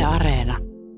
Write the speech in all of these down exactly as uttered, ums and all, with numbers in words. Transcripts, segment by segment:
Areena.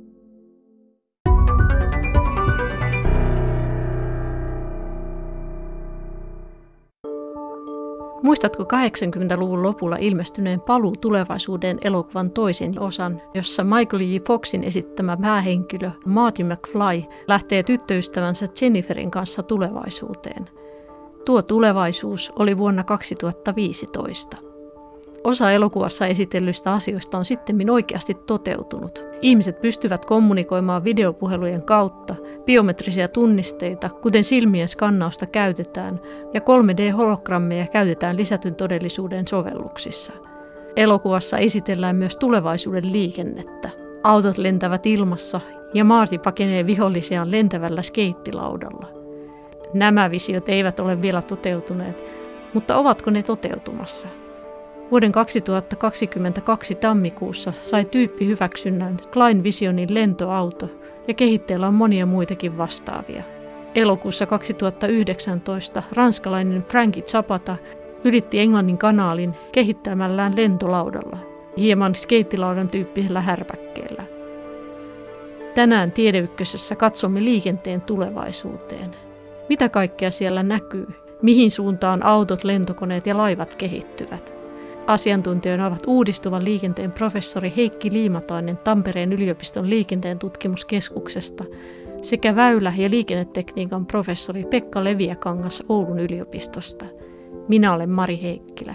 Muistatko kahdeksankymmentäluvun lopulla ilmestyneen Paluu tulevaisuuteen elokuvan toisen osan, jossa Michael J. Foxin esittämä päähenkilö Marty McFly lähtee tyttöystävänsä Jenniferin kanssa tulevaisuuteen? Tuo tulevaisuus oli vuonna kaksituhattaviisitoista. Osa elokuvassa esitellyistä asioista on sittemmin oikeasti toteutunut. Ihmiset pystyvät kommunikoimaan videopuhelujen kautta, biometrisiä tunnisteita, kuten silmien skannausta käytetään, ja kolme D-hologrammeja käytetään lisätyn todellisuuden sovelluksissa. Elokuvassa esitellään myös tulevaisuuden liikennettä. Autot lentävät ilmassa, ja Marty pakenee vihollisiaan lentävällä skeittilaudalla. Nämä visiot eivät ole vielä toteutuneet, mutta ovatko ne toteutumassa? Vuoden kaksituhattakaksikymmentäkaksi tammikuussa sai tyyppihyväksynnän Klein Visionin lentoauto ja kehitteillä on monia muitakin vastaavia. Elokuussa kaksituhattayhdeksäntoista ranskalainen Frankie Zapata ylitti Englannin kanaalin kehittämällään lentolaudalla, hieman skeittilaudan tyyppisellä härpäkkeellä. Tänään Tiedeykkösessä katsomme liikenteen tulevaisuuteen. Mitä kaikkea siellä näkyy? Mihin suuntaan autot, lentokoneet ja laivat kehittyvät? Asiantuntijoina ovat uudistuvan liikenteen professori Heikki Liimatainen Tampereen yliopiston liikenteen tutkimuskeskuksesta sekä väylä- ja liikennetekniikan professori Pekka Leviäkangas Oulun yliopistosta. Minä olen Mari Heikkilä.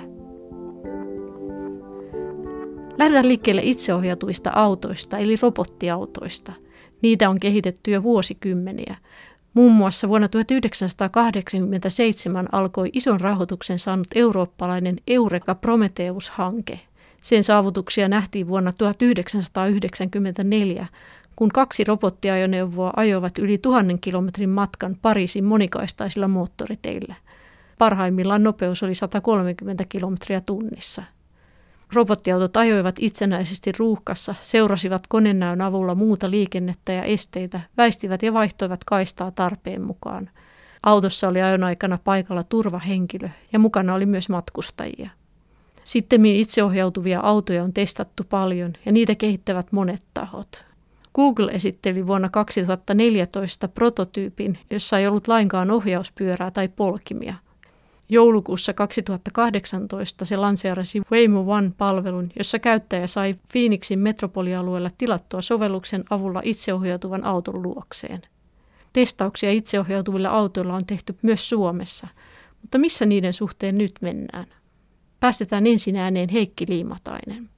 Lähdetään liikkeelle itseohjautuvista autoista eli robottiautoista. Niitä on kehitetty jo vuosikymmeniä. Muun muassa vuonna tuhatyhdeksänsataakahdeksankymmentäseitsemän alkoi ison rahoituksen saanut eurooppalainen Eureka Prometheus-hanke. Sen saavutuksia nähtiin vuonna tuhatyhdeksänsataayhdeksänkymmentäneljä, kun kaksi robottiajoneuvoa ajoivat yli tuhannen kilometrin matkan Pariisin monikaistaisilla moottoriteillä. Parhaimmillaan nopeus oli sata kolmekymmentä kilometriä tunnissa. Robottiautot ajoivat itsenäisesti ruuhkassa, seurasivat konenäön avulla muuta liikennettä ja esteitä, väistivät ja vaihtoivat kaistaa tarpeen mukaan. Autossa oli ajon aikana paikalla turvahenkilö ja mukana oli myös matkustajia. Sittemmin itseohjautuvia autoja on testattu paljon ja niitä kehittävät monet tahot. Google esitteli vuonna kaksituhattaneljätoista prototyypin, jossa ei ollut lainkaan ohjauspyörää tai polkimia. Joulukuussa kaksituhattakahdeksantoista se lanseerasi Waymo One-palvelun, jossa käyttäjä sai Phoenixin metropolialueella tilattua sovelluksen avulla itseohjautuvan auton luokseen. Testauksia itseohjautuvilla autoilla on tehty myös Suomessa, mutta missä niiden suhteen nyt mennään? Päästetään ensin ääneen Heikki Liimatainen.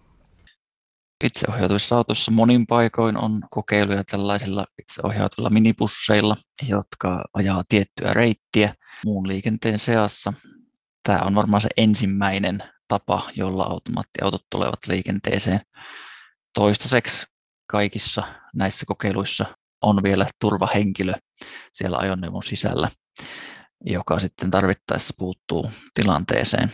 Itseohjautuvissa autoissa monin paikoin on kokeiluja tällaisilla itseohjautuvilla minibusseilla, jotka ajaa tiettyä reittiä muun liikenteen seassa. Tämä on varmaan se ensimmäinen tapa, jolla automaattiautot tulevat liikenteeseen. Toistaiseksi kaikissa näissä kokeiluissa on vielä turvahenkilö siellä ajoneuvon sisällä, joka sitten tarvittaessa puuttuu tilanteeseen.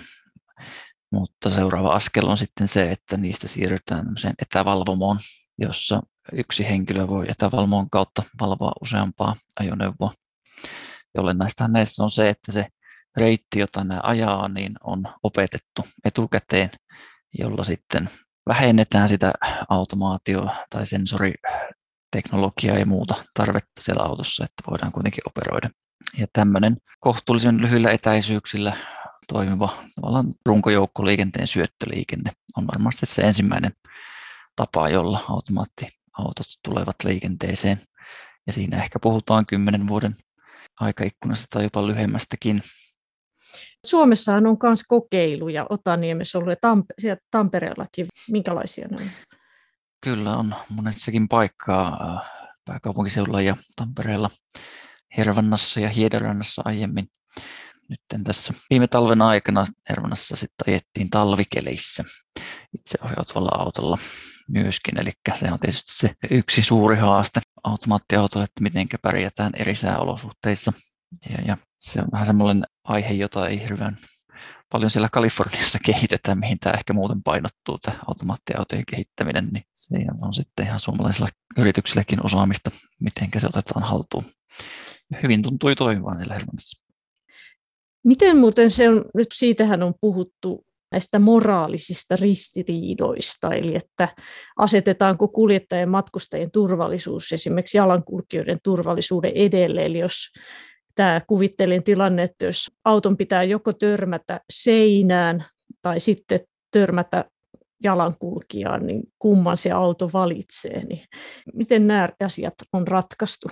Mutta seuraava askel on sitten se, että niistä siirrytään etävalvomoon, jossa yksi henkilö voi etävalvomon kautta valvoa useampaa ajoneuvoa. Olennaista näissä on se, että se reitti, jota nämä ajaa, niin on opetettu etukäteen, jolla sitten vähennetään sitä automaatio- tai sensoriteknologiaa ja muuta tarvetta siellä autossa, että voidaan kuitenkin operoida. Ja tämmöinen kohtuullisen lyhyillä etäisyyksillä toimiva tavallaan runkojoukkoliikenteen syöttöliikenne on varmasti se ensimmäinen tapa, jolla automaattiautot tulevat liikenteeseen. Ja siinä ehkä puhutaan kymmenen vuoden aikaikkunasta tai jopa lyhyemmästäkin. Suomessahan on myös kokeiluja Otaniemessä ollut ja Tamp- siellä Tampereellakin. Minkälaisia ne on? Kyllä on monessakin paikkaa pääkaupunkiseudulla ja Tampereella, Hervannassa ja Hiedarannassa aiemmin. Nyt tässä viime talven aikana Hervannassa sitten ajettiin talvikeleissä itseohjautuvalla autolla myöskin. Eli se on tietysti se yksi suuri haaste automaattiautolle, että miten pärjätään eri sääolosuhteissa. Ja, ja se on vähän semmoinen aihe, jota ei hirveän paljon siellä Kaliforniassa kehitetään, mihin tämä ehkä muuten painottuu, tämä automaattiautojen kehittäminen. Niin se on sitten ihan suomalaisilla yrityksilläkin osaamista, miten se otetaan haltuun. Ja hyvin tuntui toimivan siellä Hervannassa. Miten muuten se on, nyt siitähän on puhuttu näistä moraalisista ristiriidoista, eli että asetetaanko kuljettajien ja matkustajien turvallisuus esimerkiksi jalankulkijoiden turvallisuuden edelle. Eli jos tämä kuvittelin tilanne, että jos auton pitää joko törmätä seinään tai sitten törmätä jalankulkijaan, niin kumman se auto valitsee. Niin miten nämä asiat on ratkaistu?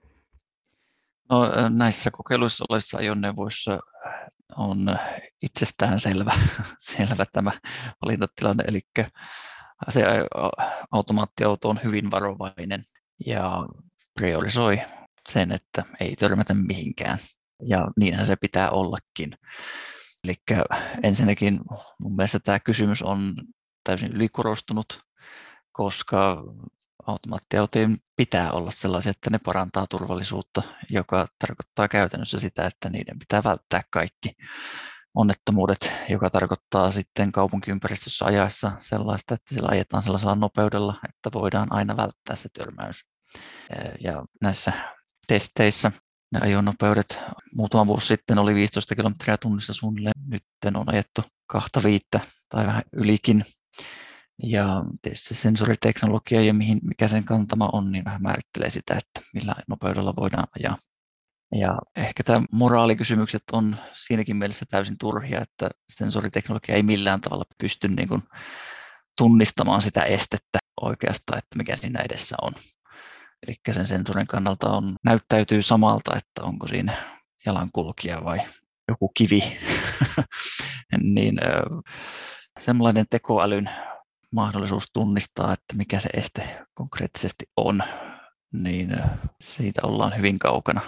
No, näissä kokeiluissa olevissa ajoneuvoissa on itsestään selvä, selvä tämä valintatilanne, eli se automaattiauto on hyvin varovainen ja priorisoi sen, että ei törmätä mihinkään, ja niinhän se pitää ollakin. Eli ensinnäkin mun mielestä tämä kysymys on täysin ylikorostunut, koska automaattiautojen pitää olla sellaisia, että ne parantaa turvallisuutta, joka tarkoittaa käytännössä sitä, että niiden pitää välttää kaikki onnettomuudet, joka tarkoittaa sitten kaupunkiympäristössä ajaessa sellaista, että sillä ajetaan sellaisella nopeudella, että voidaan aina välttää se törmäys. Ja näissä testeissä ne ajonopeudet muutama vuosi sitten oli viisitoista kilometriä tunnissa suunnilleen, nyt on ajettu kahta viittä tai vähän ylikin. Ja tietysti sensoriteknologia ja mihin, mikä sen kantama on, niin vähän määrittelee sitä, että millä nopeudella voidaan ajaa. Ja ehkä tämä moraalikysymykset on siinäkin mielessä täysin turhia, että sensoriteknologia ei millään tavalla pysty niin kuin tunnistamaan sitä estettä oikeastaan, että mikä siinä edessä on. Eli sen sensorin kannalta on, näyttäytyy samalta, että onko siinä jalankulkija vai joku kivi. niin semmoinen tekoälyn mahdollisuus tunnistaa, että mikä se este konkreettisesti on, niin siitä ollaan hyvin kaukana.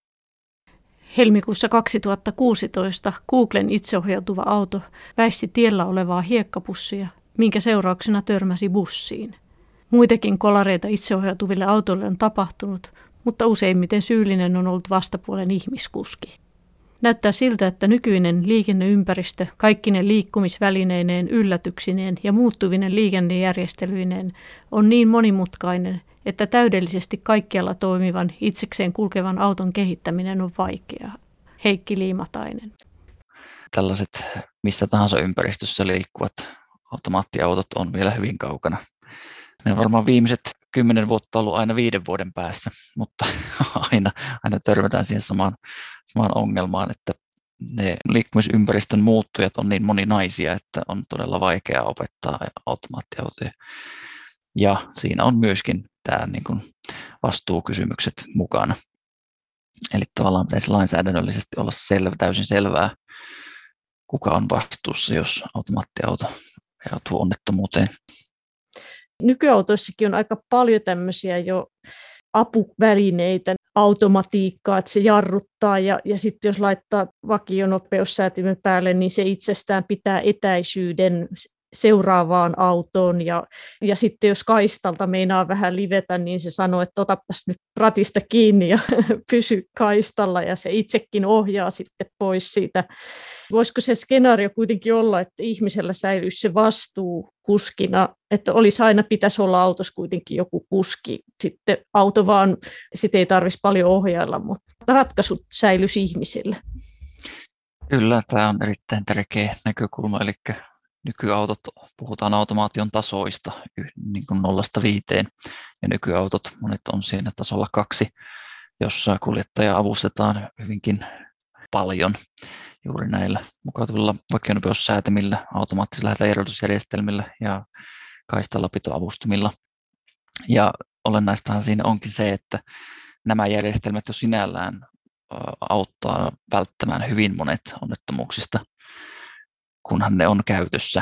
Helmikuussa kaksituhattakuusitoista Googlen itseohjautuva auto väisti tiellä olevaa hiekkapussia, minkä seurauksena törmäsi bussiin. Muitakin kolareita itseohjautuville autoille on tapahtunut, mutta useimmiten syyllinen on ollut vastapuolen ihmiskuski. Näyttää siltä, että nykyinen liikenneympäristö kaikkinen liikkumisvälineineen, yllätyksineen ja muuttuvinen liikennejärjestelyineen on niin monimutkainen, että täydellisesti kaikkialla toimivan itsekseen kulkevan auton kehittäminen on vaikeaa. Heikki Liimatainen. Tällaiset missä tahansa ympäristössä liikkuvat automaattiautot on vielä hyvin kaukana. Ne on varmaan viimeiset kymmenen vuotta ollut aina viiden vuoden päässä, mutta aina, aina törmätään siihen samaan, samaan ongelmaan, että ne liikkumisympäristön muuttujat on niin moninaisia, että on todella vaikea opettaa automaattiautoja. Ja siinä on myöskin tämä niin kuin vastuukysymykset mukana. Eli tavallaan pitäisi lainsäädännöllisesti olla selvä, täysin selvää, kuka on vastuussa, jos automaattiauto joutuu onnettomuuteen. Nykyautoissakin on aika paljon tämmöisiä jo apuvälineitä, automatiikkaa, että se jarruttaa ja, ja sitten jos laittaa vakionopeussäätimen päälle, niin se itsestään pitää etäisyyden seuraavaan autoon ja, ja sitten jos kaistalta meinaa vähän livetä, niin se sanoo, että otapas nyt ratista kiinni ja pysy kaistalla ja se itsekin ohjaa sitten pois siitä. Voisiko se skenaario kuitenkin olla, että ihmisellä säilyisi se vastuu kuskina, että olisi aina pitäisi olla autossa kuitenkin joku kuski, sitten auto vaan, sitten ei tarvitsisi paljon ohjailla, mutta ratkaisut säilyisi ihmisille. Kyllä, tämä on erittäin tärkeä näkökulma, eli nykyautot, puhutaan automaation tasoista niin kuin nollasta viiteen, ja nykyautot monet on siinä tasolla kaksi, jossa kuljettaja avustetaan hyvinkin paljon juuri näillä mukautuvilla vakionopeussäätimillä, automaattisilla hätäjarrutusjärjestelmillä ja kaistallapitoavustimilla. Ja olennaistahan siinä onkin se, että nämä järjestelmät jo sinällään auttaa välttämään hyvin monet onnettomuuksista, kunhan ne on käytössä.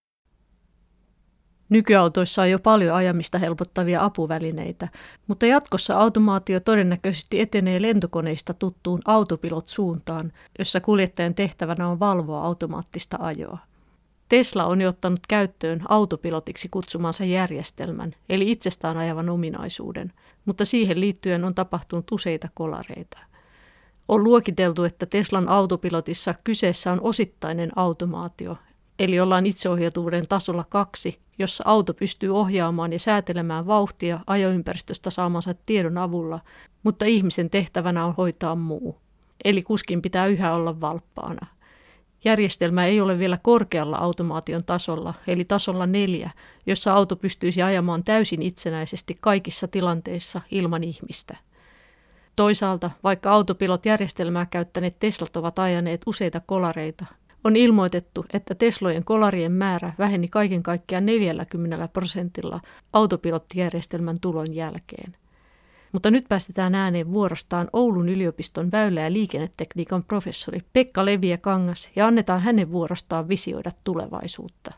Nykyautoissa on jo paljon ajamista helpottavia apuvälineitä, mutta jatkossa automaatio todennäköisesti etenee lentokoneista tuttuun autopilot-suuntaan, jossa kuljettajan tehtävänä on valvoa automaattista ajoa. Tesla on jo ottanut käyttöön autopilotiksi kutsumansa järjestelmän, eli itsestään ajavan ominaisuuden, mutta siihen liittyen on tapahtunut useita kolareita. On luokiteltu, että Teslan autopilotissa kyseessä on osittainen automaatio, eli ollaan itseohjautuvuuden tasolla kaksi, jossa auto pystyy ohjaamaan ja säätelemään vauhtia ajoympäristöstä saamansa tiedon avulla, mutta ihmisen tehtävänä on hoitaa muu. Eli kuskin pitää yhä olla valppaana. Järjestelmä ei ole vielä korkealla automaation tasolla, eli tasolla neljä, jossa auto pystyisi ajamaan täysin itsenäisesti kaikissa tilanteissa ilman ihmistä. Toisaalta, vaikka autopilot-järjestelmää käyttäneet Teslat ovat ajaneet useita kolareita, on ilmoitettu, että Teslojen kolarien määrä väheni kaiken kaikkiaan neljälläkymmenellä prosentilla autopilottijärjestelmän tulon jälkeen. Mutta nyt päästetään ääneen vuorostaan Oulun yliopiston väylä- ja liikennetekniikan professori Pekka Leviä-Kangas ja annetaan hänen vuorostaan visioida tulevaisuutta.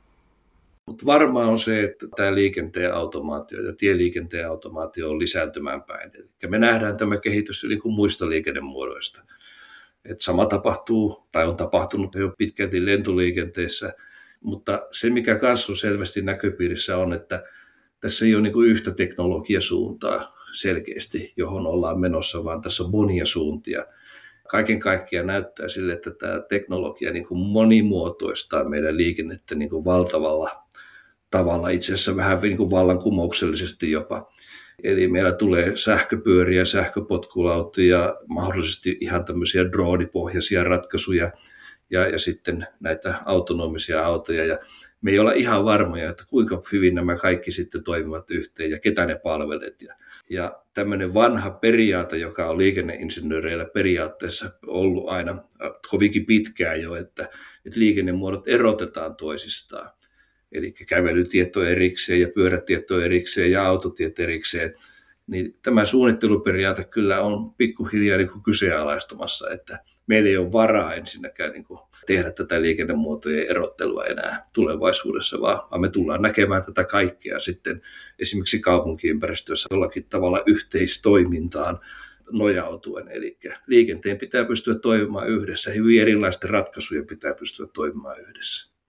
Mutta varmaan on se, että tämä liikenteen automaatio ja tieliikenteen automaatio on lisääntymään päin. Eli me nähdään tämä kehitys niin kuin muista liikennemuodoista. Et sama tapahtuu tai on tapahtunut jo pitkälti lentoliikenteessä, mutta se mikä kanssa on selvästi näköpiirissä on, että tässä ei ole niin kuin yhtä teknologiasuuntaa selkeästi, johon ollaan menossa, vaan tässä on monia suuntia. Kaiken kaikkiaan näyttää sille, että tämä teknologia niin kuin monimuotoistaa meidän liikennettä niin kuin valtavalla tavalla, itse asiassa vähän niin kuin vallankumouksellisesti jopa. Eli meillä tulee sähköpyöriä, sähköpotkulautoja, mahdollisesti ihan tämmöisiä droonipohjaisia ratkaisuja ja, ja sitten näitä autonomisia autoja. Ja me ei olla ihan varmoja, että kuinka hyvin nämä kaikki sitten toimivat yhteen ja ketä ne palvelet. Ja, ja tämmöinen vanha periaate, joka on liikenneinsinööreillä periaatteessa ollut aina kovinkin pitkään jo, että, että liikennemuodot erotetaan toisistaan. Eli kävelytiet on erikseen ja pyörätiet on erikseen ja autotiet erikseen, niin tämä suunnitteluperiaate kyllä on pikkuhiljaa niin kuin kyseenalaistumassa, että meillä ei ole varaa ensinnäkään niin kuin tehdä tätä liikennemuotojen erottelua enää tulevaisuudessa, vaan me tullaan näkemään tätä kaikkea sitten esimerkiksi kaupunkiympäristössä jollakin tavalla yhteistoimintaan nojautuen. Eli liikenteen pitää pystyä toimimaan yhdessä, hyvin erilaisten ratkaisujen pitää pystyä toimimaan yhdessä.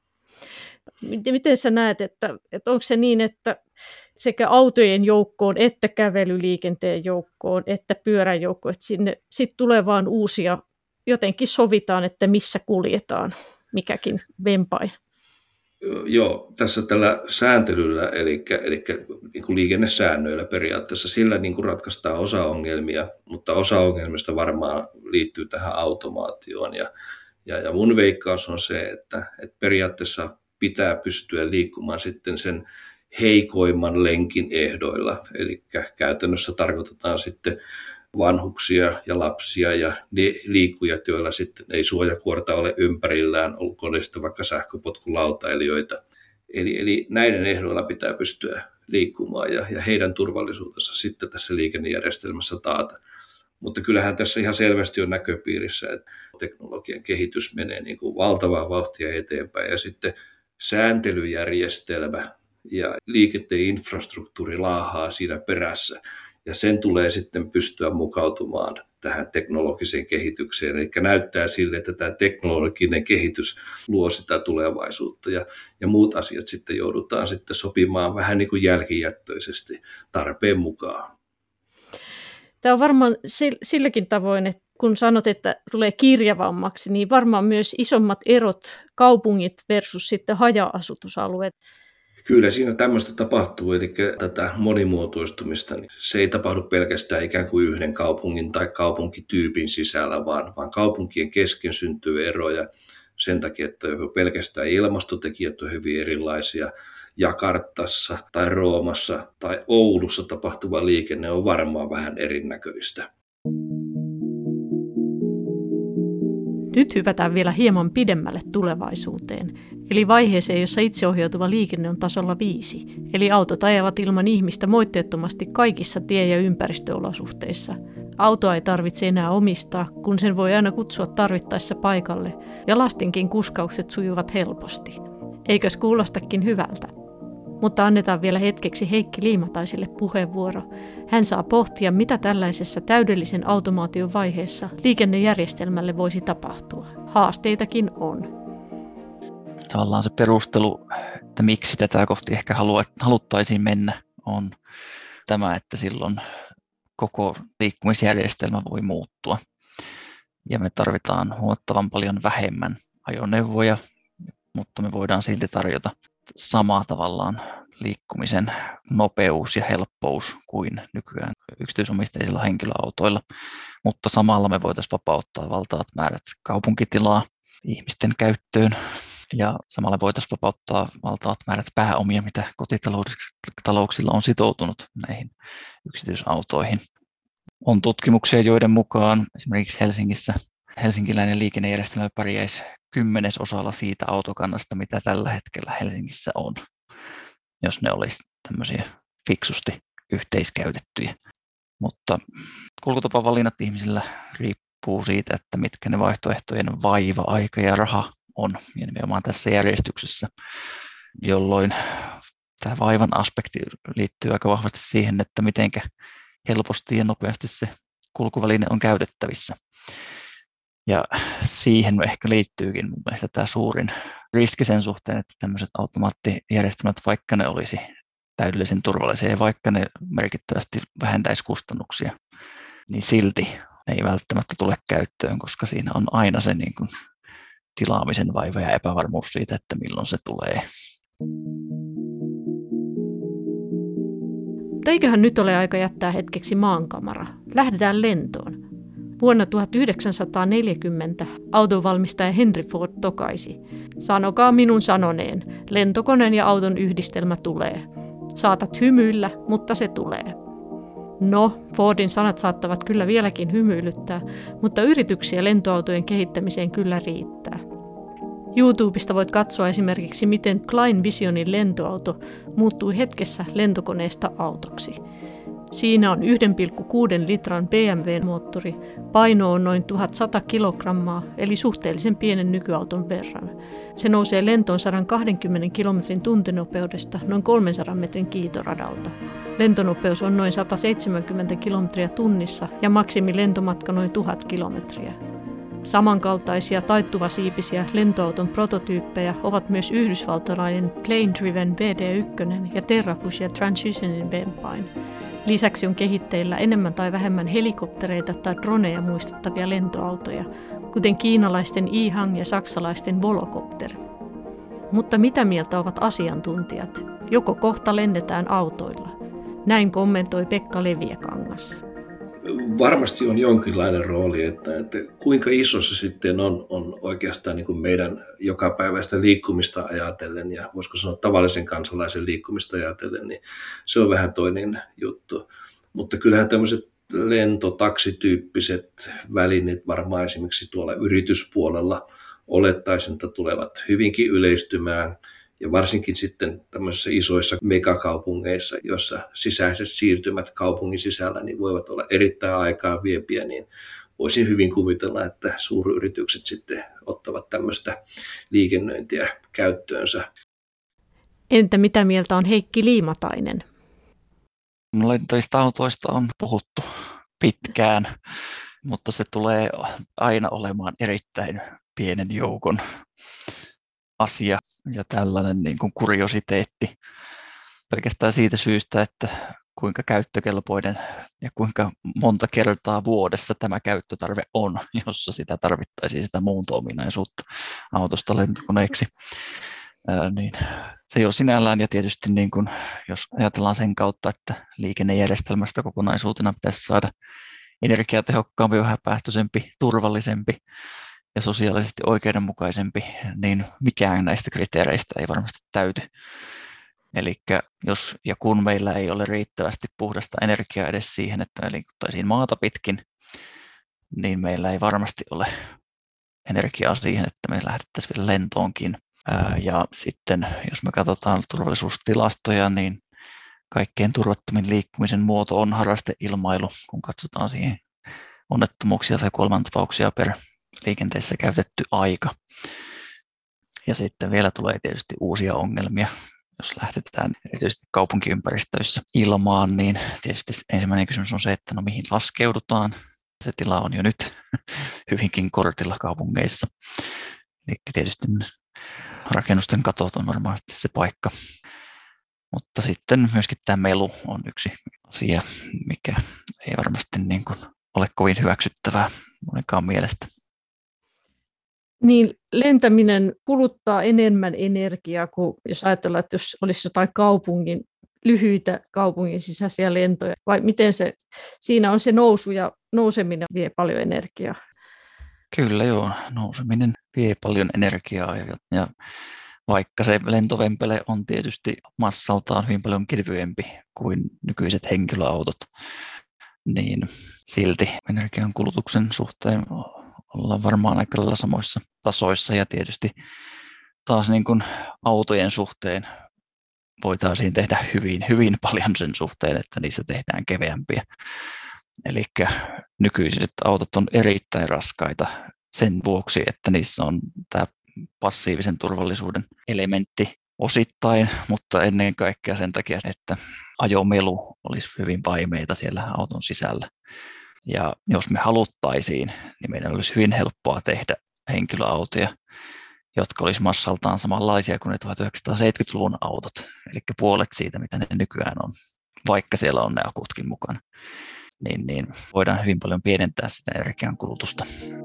Miten sä näet, että, että onko se niin, että sekä autojen joukkoon, että kävelyliikenteen joukkoon, että pyörän joukkoon, että sinne sitten tulee vaan uusia, jotenkin sovitaan, että missä kuljetaan, mikäkin vempai? Joo, tässä tällä sääntelyllä, eli, eli niin kuin liikennesäännöillä periaatteessa, sillä niin kuin ratkaistaan osa ongelmia, mutta osa ongelmista varmaan liittyy tähän automaatioon. Ja, ja, ja mun veikkaus on se, että, että periaatteessa pitää pystyä liikkumaan sitten sen heikoimman lenkin ehdoilla. Eli käytännössä tarkoitetaan sitten vanhuksia ja lapsia ja ne liikkujat, joilla sitten ei suojakuorta ole ympärillään, olkoon ne sitten vaikka sähköpotkulautailijoita. Eli, eli näiden ehdoilla pitää pystyä liikkumaan ja, ja heidän turvallisuutensa sitten tässä liikennejärjestelmässä taata. Mutta kyllähän tässä ihan selvästi on näköpiirissä, että teknologian kehitys menee niin kuin valtavaa vauhtia eteenpäin ja sitten sääntelyjärjestelmä ja liikenteen infrastruktuuri laahaa siinä perässä. Ja sen tulee sitten pystyä mukautumaan tähän teknologiseen kehitykseen. Eli näyttää sille, että tämä teknologinen kehitys luo sitä tulevaisuutta ja, ja muut asiat sitten joudutaan sitten sopimaan vähän niin kuin jälkijättöisesti tarpeen mukaan. Tämä on varmaan silläkin tavoin, että kun sanot, että tulee kirjavammaksi, niin varmaan myös isommat erot kaupungit versus sitten haja-asutusalueet. Kyllä siinä tämmöistä tapahtuu, eli tätä monimuotoistumista, niin se ei tapahdu pelkästään ikään kuin yhden kaupungin tai kaupunkityypin sisällä, vaan, vaan kaupunkien kesken syntyy eroja sen takia, että pelkästään ilmastotekijät on hyvin erilaisia. Jakartassa tai Roomassa tai Oulussa tapahtuva liikenne on varmaan vähän erinäköistä. Nyt hypätään vielä hieman pidemmälle tulevaisuuteen, eli vaiheeseen, jossa itseohjautuva liikenne on tasolla viisi, eli autot ajavat ilman ihmistä moitteettomasti kaikissa tie- ja ympäristöolosuhteissa. Autoa ei tarvitse enää omistaa, kun sen voi aina kutsua tarvittaessa paikalle, ja lastenkin kuskaukset sujuvat helposti. Eikös kuulostakin hyvältä? Mutta annetaan vielä hetkeksi Heikki Liimataiselle puheenvuoro. Hän saa pohtia, mitä tällaisessa täydellisen automaation vaiheessa liikennejärjestelmälle voisi tapahtua. Haasteitakin on. Tavallaan se perustelu, että miksi tätä kohti ehkä haluttaisiin mennä, on tämä, että silloin koko liikkumisjärjestelmä voi muuttua. Ja me tarvitaan huomattavan paljon vähemmän ajoneuvoja, mutta me voidaan silti tarjota samaa tavallaan liikkumisen nopeus ja helppous kuin nykyään yksityisomisteisilla henkilöautoilla, mutta samalla me voitaisiin vapauttaa valtavat määrät kaupunkitilaa ihmisten käyttöön. Ja samalla voitaisiin vapauttaa valtavat määrät pääomia, mitä kotitalouksilla on sitoutunut näihin yksityisautoihin. On tutkimuksia, joiden mukaan esimerkiksi Helsingissä helsinkiläinen liikennejärjestelmä pärjäisi kymmenesosalla siitä autokannasta, mitä tällä hetkellä Helsingissä on, jos ne olisi tämmöisiä fiksusti yhteiskäytettyjä. Mutta kulkutapavalinnat ihmisillä riippuu siitä, että mitkä ne vaihtoehtojen vaiva, aika ja raha on, ja nimenomaan tässä järjestyksessä, jolloin tämä vaivan aspekti liittyy aika vahvasti siihen, että miten helposti ja nopeasti se kulkuväline on käytettävissä. Ja siihen ehkä liittyykin mun mielestä tämä suurin riski sen suhteen, että tämmöiset automaattijärjestelmät, vaikka ne olisi täydellisen turvallisia ja vaikka ne merkittävästi vähentäisi kustannuksia, niin silti ne ei välttämättä tule käyttöön, koska siinä on aina se niin kuin tilaamisen vaiva ja epävarmuus siitä, että milloin se tulee. Eiköhän nyt ole aika jättää hetkeksi maankamara. Lähdetään lentoon. Vuonna tuhatyhdeksänsataaneljäkymmentä autonvalmistaja Henry Ford tokaisi: "Sanokaa minun sanoneen, lentokoneen ja auton yhdistelmä tulee. Saatat hymyillä, mutta se tulee." No, Fordin sanat saattavat kyllä vieläkin hymyilyttää, mutta yrityksiä lentoautojen kehittämiseen kyllä riittää. YouTubesta voit katsoa esimerkiksi, miten Klein Visionin lentoauto muuttui hetkessä lentokoneesta autoksi. Siinä on yksi pilkku kuusi litran B M W-moottori, paino on noin tuhatsata kilogrammaa, eli suhteellisen pienen nykyauton verran. Se nousee lentoon sata kaksikymmentä kilometrin tuntinopeudesta noin kolmensadan metrin kiitoradalta. Lentonopeus on noin sata seitsemänkymmentä kilometriä tunnissa ja maksimilentomatka noin tuhat kilometriä. Samankaltaisia taittuvasiipisiä lentoauton prototyyppejä ovat myös yhdysvaltalainen Plane Driven V D yksi ja Terrafugia Transitionin Vempine. Lisäksi on kehitteillä enemmän tai vähemmän helikoptereita tai droneja muistuttavia lentoautoja, kuten kiinalaisten E-Hang ja saksalaisten Volocopter. Mutta mitä mieltä ovat asiantuntijat? Joko kohta lennetään autoilla? Näin kommentoi Pekka Leviäkangas. Varmasti on jonkinlainen rooli, että, että kuinka iso se sitten on, on oikeastaan niin kuin meidän jokapäiväistä liikkumista ajatellen ja voisiko sanoa tavallisen kansalaisen liikkumista ajatellen, niin se on vähän toinen juttu. Mutta kyllähän tämmöiset lentotaksityyppiset välineet varmaan esimerkiksi tuolla yrityspuolella olettaisin, että tulevat hyvinkin yleistymään. Ja varsinkin sitten tämmöisissä isoissa megakaupungeissa, joissa sisäiset siirtymät kaupungin sisällä niin voivat olla erittäin aikaa viepiä, niin voisin hyvin kuvitella, että suuryritykset sitten ottavat tämmöistä liikennöintiä käyttöönsä. Entä mitä mieltä on Heikki Liimatainen? Lentoista autoista on puhuttu pitkään, mutta se tulee aina olemaan erittäin pienen joukon asia ja tällainen niin kuin kuriositeetti pelkästään siitä syystä, että kuinka käyttökelpoinen ja kuinka monta kertaa vuodessa tämä käyttötarve on, jossa sitä tarvittaisiin sitä muunto-ominaisuutta autosta lentokoneeksi. Ää, niin se jo sinällään ja tietysti niin kuin, jos ajatellaan sen kautta, että liikennejärjestelmästä kokonaisuutena pitäisi saada energiatehokkaampi, vähäpäästöisempi, turvallisempi ja sosiaalisesti oikeudenmukaisempi, niin mikään näistä kriteereistä ei varmasti täyty. Eli jos ja kun meillä ei ole riittävästi puhdasta energiaa edes siihen, että me liikuttaisiin maata pitkin, niin meillä ei varmasti ole energiaa siihen, että me lähdettäisiin vielä lentoonkin. Ja sitten jos me katsotaan turvallisuustilastoja, niin kaikkein turvattomin liikkumisen muoto on harrasteilmailu, kun katsotaan siihen onnettomuuksia tai kuolemantapauksia per liikenteessä käytetty aika. Ja sitten vielä tulee tietysti uusia ongelmia. Jos lähdetään erityisesti kaupunkiympäristöissä ilmaan, niin tietysti ensimmäinen kysymys on se, että no mihin laskeudutaan. Se tila on jo nyt hyvinkin kortilla kaupungeissa. Eli tietysti rakennusten katot on varmasti se paikka. Mutta sitten myöskin tämä melu on yksi asia, mikä ei varmasti niin kuin ole kovin hyväksyttävää monenkaan mielestä. Niin, lentäminen kuluttaa enemmän energiaa kuin jos ajatellaan, että jos olisi jotain kaupungin, lyhyitä kaupungin sisäisiä lentoja, vai miten se, siinä on se nousu ja nouseminen vie paljon energiaa. Kyllä joo, nouseminen vie paljon energiaa ja, ja vaikka se lentovempele on tietysti massaltaan hyvin paljon kevyempi kuin nykyiset henkilöautot, niin silti energian kulutuksen suhteen ollaan varmaan aika lailla samoissa tasoissa ja tietysti taas niin kuin autojen suhteen voitaisiin tehdä hyvin, hyvin paljon sen suhteen, että niissä tehdään keveämpiä. Eli nykyiset autot on erittäin raskaita sen vuoksi, että niissä on tämä passiivisen turvallisuuden elementti osittain, mutta ennen kaikkea sen takia, että ajomelu olisi hyvin vaimeita siellä auton sisällä. Ja jos me haluttaisiin, niin meidän olisi hyvin helppoa tehdä henkilöautoja, jotka olisi massaltaan samanlaisia kuin ne tuhatyhdeksänsataaseitsemänkymmentäluvun autot, eli puolet siitä, mitä ne nykyään on, vaikka siellä on ne akutkin mukana. Niin, niin voidaan hyvin paljon pienentää sitä energian kulutusta.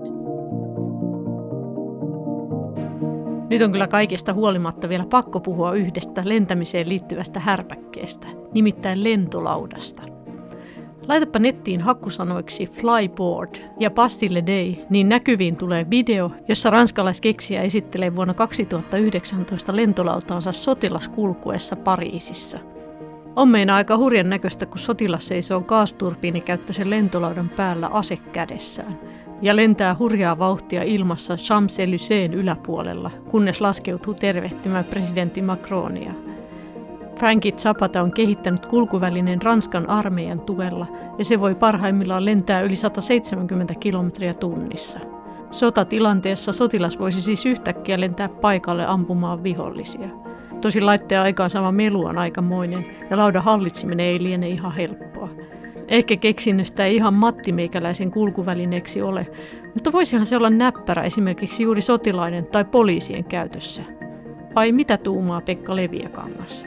Nyt on kyllä kaikesta huolimatta vielä pakko puhua yhdestä lentämiseen liittyvästä härpäkkeestä, nimittäin lentolaudasta. Laitapa nettiin hakkusanoiksi flyboard ja pastille day, niin näkyviin tulee video, jossa ranskalaiskeksijä esittelee vuonna kaksituhattayhdeksäntoista lentolautaansa sotilaskulkuessa Pariisissa. On meinaa aika hurjan näköistä, kun sotilas seisoo kaasuturbiinikäyttöisen lentolaudan päällä ase kädessään ja lentää hurjaa vauhtia ilmassa Champs-Élysées yläpuolella, kunnes laskeutuu tervehtimään presidentti Macronia. Frankie Zapata on kehittänyt kulkuvälineen Ranskan armeijan tuella ja se voi parhaimmillaan lentää yli sata seitsemänkymmentä kilometriä tunnissa. Sotatilanteessa sotilas voisi siis yhtäkkiä lentää paikalle ampumaan vihollisia. Tosin laitteen aikaansama melu on aikamoinen ja laudan hallitseminen ei liene ihan helppoa. Ehkä keksinnöstä ei ihan mattimeikäläisen kulkuvälineeksi ole, mutta voisihan se olla näppärä esimerkiksi juuri sotilaiden tai poliisien käytössä. Vai mitä tuumaa Pekka Leviäkangas?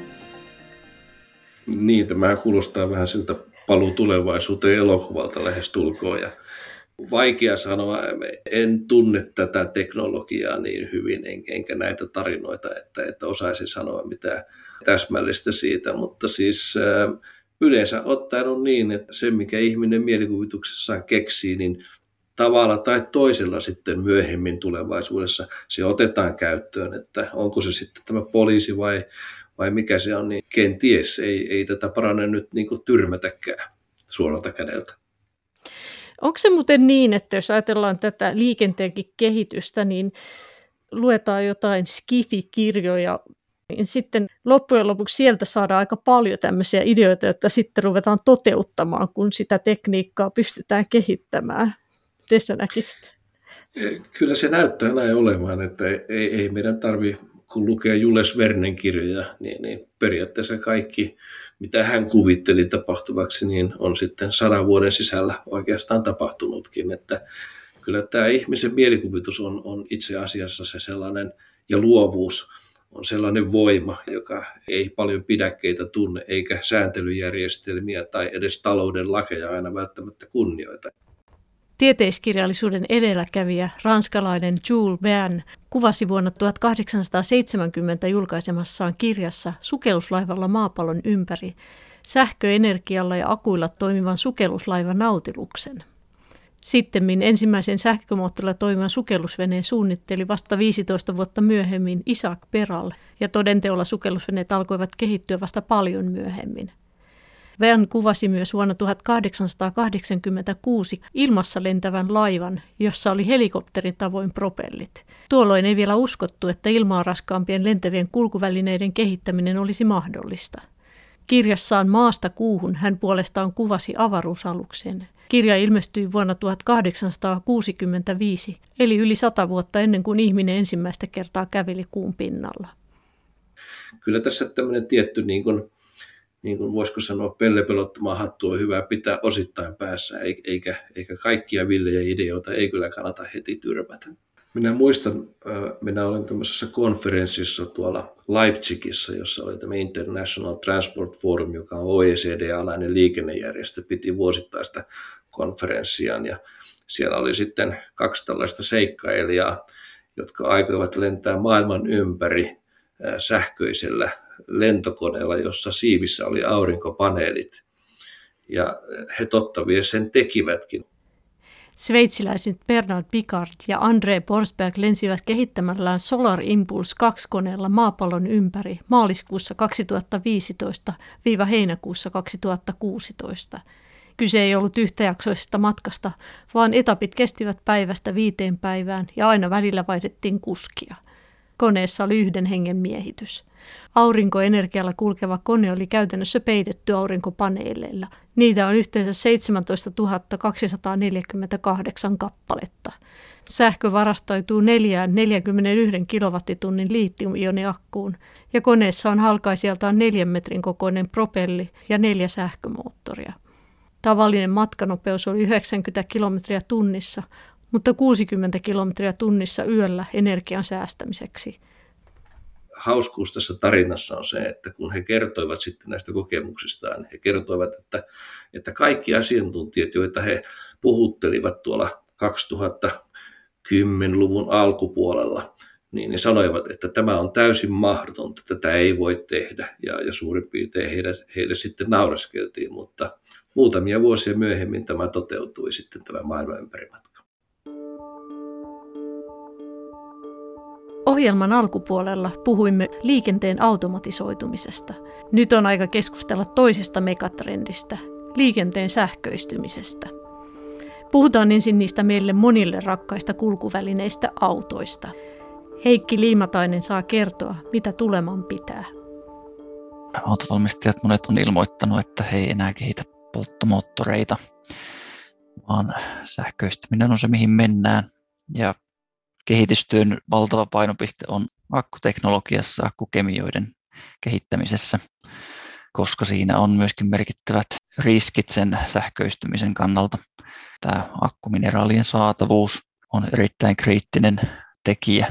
Niin, tämä kuulostaa vähän siltä paluu tulevaisuuteen elokuvalta lähestulkoon. Ja vaikea sanoa, en tunne tätä teknologiaa niin hyvin, enkä näitä tarinoita, että, että osaisin sanoa mitään täsmällistä siitä, mutta siis yleensä ottaen on niin, että se mikä ihminen mielikuvituksessaan keksii, niin tavalla tai toisella sitten myöhemmin tulevaisuudessa se otetaan käyttöön, että onko se sitten tämä poliisi vai, vai mikä se on, niin kenties ei, ei tätä parane nyt niin kuin tyrmätäkään suoralta kädeltä. Onko se muuten niin, että jos ajatellaan tätä liikenteenkin kehitystä, niin luetaan jotain skifi-kirjoja, niin sitten loppujen lopuksi sieltä saadaan aika paljon tämmöisiä ideoita, joita sitten ruvetaan toteuttamaan, kun sitä tekniikkaa pystytään kehittämään. Miten sä näkisit? Kyllä se näyttää näin olemaan, että ei, ei meidän tarvitse, kun lukee Jules Vernen kirjoja, niin, niin periaatteessa kaikki, mitä hän kuvitteli tapahtuvaksi, niin on sitten sadan vuoden sisällä oikeastaan tapahtunutkin. Että kyllä tämä ihmisen mielikuvitus on, on itse asiassa se sellainen, ja luovuus on sellainen voima, joka ei paljon pidäkkeitä tunne, eikä sääntelyjärjestelmiä tai edes talouden lakeja aina välttämättä kunnioita. Tieteiskirjallisuuden edelläkävijä, ranskalainen Jules Verne, kuvasi vuonna tuhatkahdeksansataaseitsemänkymmentä julkaisemassaan kirjassa Sukelluslaivalla maapallon ympäri sähköenergialla ja akuilla toimivan sukelluslaivan Nautiluksen. Sittemmin ensimmäisen sähkömoottorilla toimivan sukellusveneen suunnitteli vasta viisitoista vuotta myöhemmin Isaac Peral, ja todenteolla sukellusveneet alkoivat kehittyä vasta paljon myöhemmin. Verne kuvasi myös vuonna tuhatkahdeksansataakahdeksankymmentäkuusi ilmassa lentävän laivan, jossa oli helikopterin tavoin propellit. Tuolloin ei vielä uskottu, että ilmaa raskaampien lentävien kulkuvälineiden kehittäminen olisi mahdollista. Kirjassaan Maasta kuuhun hän puolestaan kuvasi avaruusaluksen. Kirja ilmestyi vuonna tuhatkahdeksansataakuusikymmentäviisi, eli yli sata vuotta ennen kuin ihminen ensimmäistä kertaa käveli kuun pinnalla. Kyllä tässä tämmöinen tietty, niin kuin, niin kuin voisiko sanoa, pellepelottomaa hattu on hyvä pitää osittain päässä, eikä, eikä kaikkia villejä ideoita ei kyllä kannata heti tyrmätä. Minä muistan, minä olin tämmöisessä konferenssissa tuolla Leipzigissä, jossa oli tämä International Transport Forum, joka on O E C D-alainen liikennejärjestö, piti vuosittaista konferenssiaan, ja siellä oli sitten kaksi tällaista seikkailijaa, jotka aikoivat lentää maailman ympäri sähköisellä lentokoneella, jossa siivissä oli aurinkopaneelit, ja he totta vie sen tekivätkin. Sveitsiläiset Bernard Piccard ja André Borsberg lensivät kehittämällään Solar Impulse kaksi -koneella maapallon ympäri maaliskuussa kaksituhattaviisitoista - heinäkuussa kaksituhattakuusitoista. Kyse ei ollut yhtäjaksoisesta matkasta, vaan etapit kestivät päivästä viiteen päivään ja aina välillä vaihdettiin kuskia. Koneessa oli yhden hengen miehitys. Aurinkoenergialla kulkeva kone oli käytännössä peitetty aurinkopaneeleilla. Niitä on yhteensä seitsemäntoistatuhatta kaksisataaneljäkymmentäkahdeksan kappaletta. Sähkö varastoituu neljään neljänkymmenenyhden kilowattitunnin liittium-ioniakkuun ja koneessa on halkaisijaltaan neljän metrin kokoinen propelli ja neljä sähkömoottoria. Tavallinen matkanopeus oli yhdeksänkymmentä kilometriä tunnissa, mutta kuusikymmentä kilometriä tunnissa yöllä energian säästämiseksi. Hauskuus tässä tarinassa on se, että kun he kertoivat sitten näistä kokemuksistaan, he kertoivat, että, että kaikki asiantuntijat, joita he puhuttelivat tuolla kaksituhattakymmenluvun alkupuolella, niin ne sanoivat, että tämä on täysin mahdotonta, tätä ei voi tehdä. Ja, ja suurin piirtein heille, heille sitten naureskeltiin, mutta muutamia vuosia myöhemmin tämä toteutui sitten tämä maailman ympärimatka. Ohjelman alkupuolella puhuimme liikenteen automatisoitumisesta. Nyt on aika keskustella toisesta megatrendistä, liikenteen sähköistymisestä. Puhutaan ensin niistä meille monille rakkaista kulkuvälineistä autoista. Heikki Liimatainen saa kertoa, mitä tuleman pitää. Autovalmistajat monet on ilmoittanut, että he ei enää kehitä polttomoottoreita, vaan sähköistyminen on se, mihin mennään. Ja kehitystyön valtava painopiste on akkuteknologiassa, akkukemioiden kehittämisessä, koska siinä on myöskin merkittävät riskit sen sähköistymisen kannalta. Tämä akkumineraalien saatavuus on erittäin kriittinen tekijä.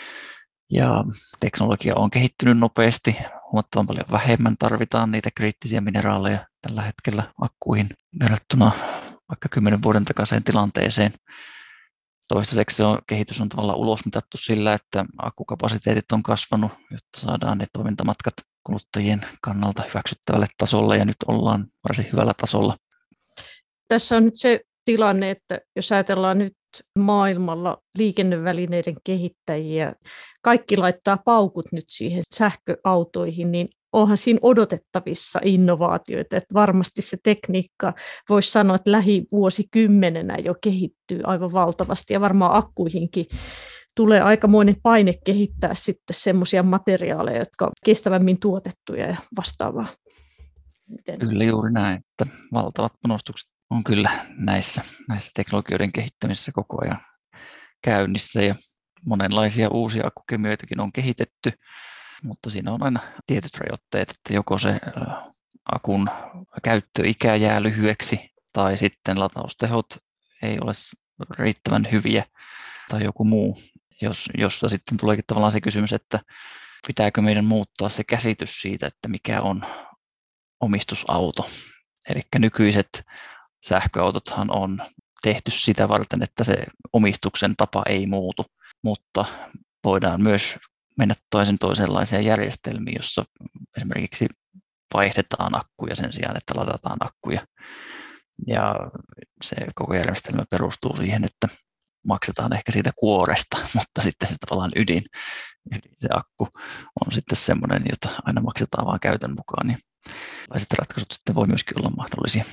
Ja teknologia on kehittynyt nopeasti, huomattavan paljon vähemmän tarvitaan niitä kriittisiä mineraaleja tällä hetkellä akkuihin verrattuna vaikka kymmenen vuoden takaiseen tilanteeseen. Toistaiseksi se on, kehitys on tavallaan ulosmitattu sillä, että akkukapasiteetit on kasvanut, jotta saadaan ne toimintamatkat kuluttajien kannalta hyväksyttävälle tasolle, ja nyt ollaan varsin hyvällä tasolla. Tässä on nyt se tilanne, että jos ajatellaan nyt maailmalla liikennevälineiden kehittäjiä, kaikki laittaa paukut nyt siihen sähköautoihin, niin onhan siinä odotettavissa innovaatioita, että varmasti se tekniikka voisi sanoa, että lähivuosikymmenenä jo kehittyy aivan valtavasti ja varmaan akkuihinkin tulee aikamoinen paine kehittää sitten semmoisia materiaaleja, jotka ovat kestävämmin tuotettuja ja vastaavaa. Miten? Kyllä juuri näin, että valtavat panostukset on kyllä näissä, näissä teknologioiden kehittämisessä koko ajan käynnissä ja monenlaisia uusia akkukemioitakin on kehitetty, mutta siinä on aina tietyt rajoitteet, että joko se akun käyttöikä jää lyhyeksi tai sitten lataustehot ei ole riittävän hyviä tai joku muu, jos, jossa sitten tuleekin tavallaan se kysymys, että pitääkö meidän muuttaa se käsitys siitä, että mikä on omistusauto. Eli nykyiset sähköautothan on tehty sitä varten, että se omistuksen tapa ei muutu, mutta voidaan myös mennä toisen toisenlaiseen järjestelmiin, jossa esimerkiksi vaihdetaan akkuja sen sijaan, että ladataan akkuja. Ja se koko järjestelmä perustuu siihen, että maksetaan ehkä siitä kuoresta, mutta sitten se tavallaan ydin, ydin se akku on sitten semmoinen, jota aina maksetaan vaan käytön mukaan. Niin tällaiset ratkaisut sitten voi myöskin olla mahdollisia.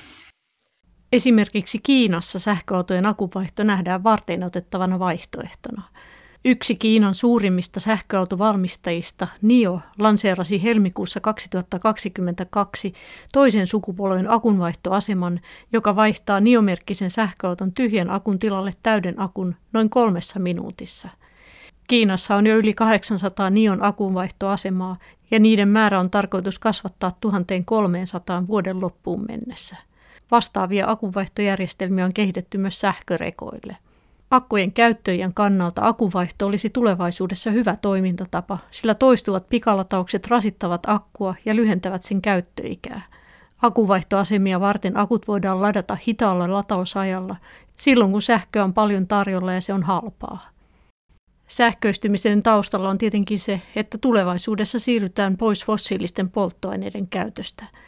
Esimerkiksi Kiinassa sähköautojen akunvaihto nähdään varteenotettavana vaihtoehtona. Yksi Kiinan suurimmista sähköautovalmistajista, N I O, lanseerasi helmikuussa kaksituhattakaksikymmentäkaksi toisen sukupolven akunvaihtoaseman, joka vaihtaa N I O-merkkisen sähköauton tyhjän akun tilalle täyden akun noin kolmessa minuutissa. Kiinassa on jo yli kahdeksansataa N I O:n akunvaihtoasemaa ja niiden määrä on tarkoitus kasvattaa tuhatkolmesataa vuoden loppuun mennessä. Vastaavia akunvaihtojärjestelmiä on kehitetty myös sähkörekoille. Akkujen käyttöiän kannalta akunvaihto olisi tulevaisuudessa hyvä toimintatapa, sillä toistuvat pikalataukset rasittavat akkua ja lyhentävät sen käyttöikää. Akunvaihtoasemia varten akut voidaan ladata hitaalla latausajalla, silloin kun sähköä on paljon tarjolla ja se on halpaa. Sähköistymisen taustalla on tietenkin se, että tulevaisuudessa siirrytään pois fossiilisten polttoaineiden käytöstä.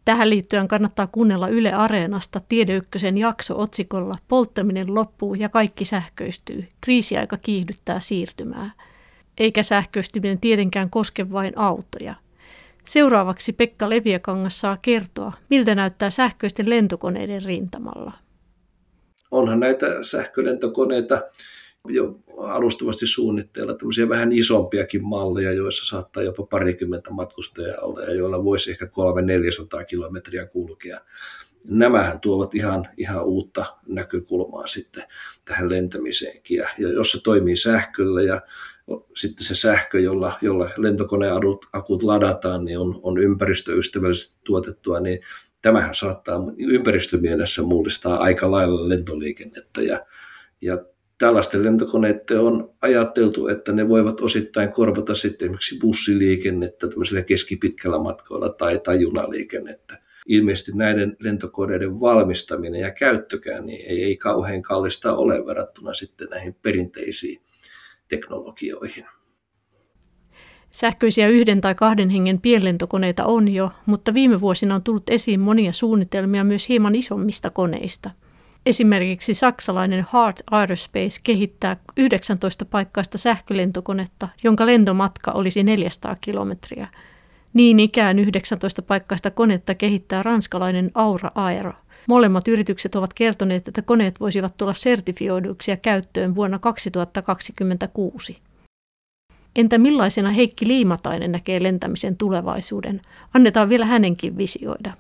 Tähän liittyen kannattaa kuunnella Yle Areenasta Tiede Ykkösen jakso otsikolla Polttaminen loppuu ja kaikki sähköistyy. Kriisiaika kiihdyttää siirtymää. Eikä sähköistyminen tietenkään koske vain autoja. Seuraavaksi Pekka Leviäkangas saa kertoa, miltä näyttää sähköisten lentokoneiden rintamalla. Onhan näitä sähkölentokoneita jo alustavasti suunnitteilla, tämmöisiä vähän isompiakin malleja, joissa saattaa jopa parikymmentä matkustajaa olla ja joilla voisi ehkä kolme neljäsataa kilometriä kulkea. Nämähän tuovat ihan, ihan uutta näkökulmaa sitten tähän lentämiseenkin. Ja, ja jos se toimii sähköllä ja sitten se sähkö, jolla, jolla lentokoneakut akut ladataan, niin on, on ympäristöystävällisesti tuotettua, niin tämähän saattaa ympäristömielessä mullistaa aika lailla lentoliikennettä. Ja, ja tällaisten lentokoneiden on ajateltu, että ne voivat osittain korvata sitten esimerkiksi bussiliikennettä tämmöisillä keskipitkällä matkoilla tai, tai junaliikennettä. Ilmeisesti näiden lentokoneiden valmistaminen ja käyttökään niin ei, ei kauhean kallista ole verrattuna sitten näihin perinteisiin teknologioihin. Sähköisiä yhden tai kahden hengen pienlentokoneita on jo, mutta viime vuosina on tullut esiin monia suunnitelmia myös hieman isommista koneista. Esimerkiksi saksalainen Heart Aerospace kehittää yhdeksäntoista paikkaista sähkölentokonetta, jonka lentomatka olisi neljäsataa kilometriä. Niin ikään yhdeksäntoista paikkaista konetta kehittää ranskalainen Aura Aero. Molemmat yritykset ovat kertoneet, että koneet voisivat tulla sertifioiduiksi ja käyttöön vuonna kaksituhattakaksikymmentäkuusi. Entä millaisena Heikki Liimatainen näkee lentämisen tulevaisuuden? Annetaan vielä hänenkin visioida.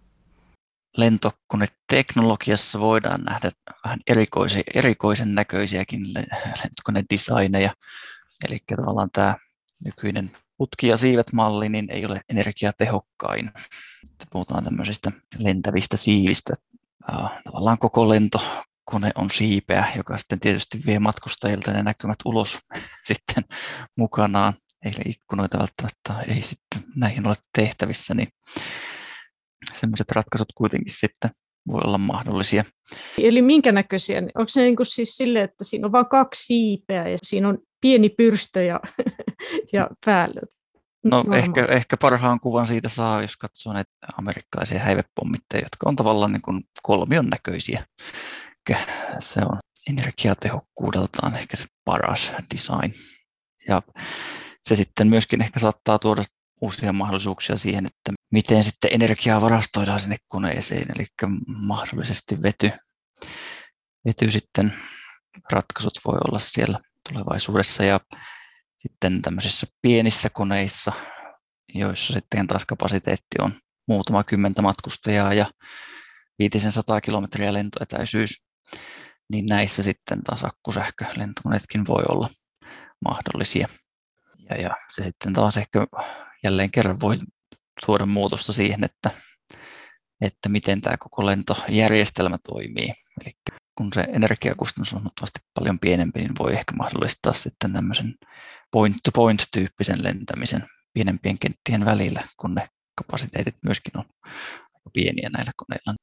Lentokoneteknologiassa voidaan nähdä vähän erikoisen, erikoisen näköisiäkin lentokonedesigneja. Eli tavallaan tämä nykyinen putki- ja siivet-malli niin ei ole energiatehokkain. Puhutaan tämmöisistä lentävistä siivistä. Tavallaan koko lentokone on siipeä, joka sitten tietysti vie matkustajilta ne näkymät ulos sitten mukanaan. Ei ikkunoita välttämättä ei sitten näihin ole tehtävissä, niin sellaiset ratkaisut kuitenkin sitten voi olla mahdollisia. Eli minkä näköisiä? Onko se niin kuin siis sille, että siinä on vain kaksi siipeä ja siinä on pieni pyrstö ja, ja päällä? No ehkä, ehkä parhaan kuvan siitä saa, jos katsoo näitä amerikkalaisia häivepommitteja, jotka on tavallaan niin kuin kolmion näköisiä. Se on energiatehokkuudeltaan ehkä se paras design. Ja se sitten myöskin ehkä saattaa tuoda uusia mahdollisuuksia siihen, että miten sitten energiaa varastoidaan sinne koneeseen, eli mahdollisesti vety, vety sitten ratkaisut voi olla siellä tulevaisuudessa ja sitten tämmöisissä pienissä koneissa, joissa sitten taas kapasiteetti on muutama kymmentä matkustajaa ja viitisen sataa kilometriä lentoetäisyys, niin näissä sitten taas akkusähkölentokoneetkin voi olla mahdollisia. Ja, ja se sitten taas ehkä jälleen kerran voi tuoda muutosta siihen, että, että miten tämä koko lentojärjestelmä toimii. Eli kun se energiakustannus on huomattavasti paljon pienempi, niin voi ehkä mahdollistaa sitten tämmöisen point-to-point-tyyppisen lentämisen pienempien kenttien välillä, kun ne kapasiteetit myöskin on aika pieniä näillä koneilla.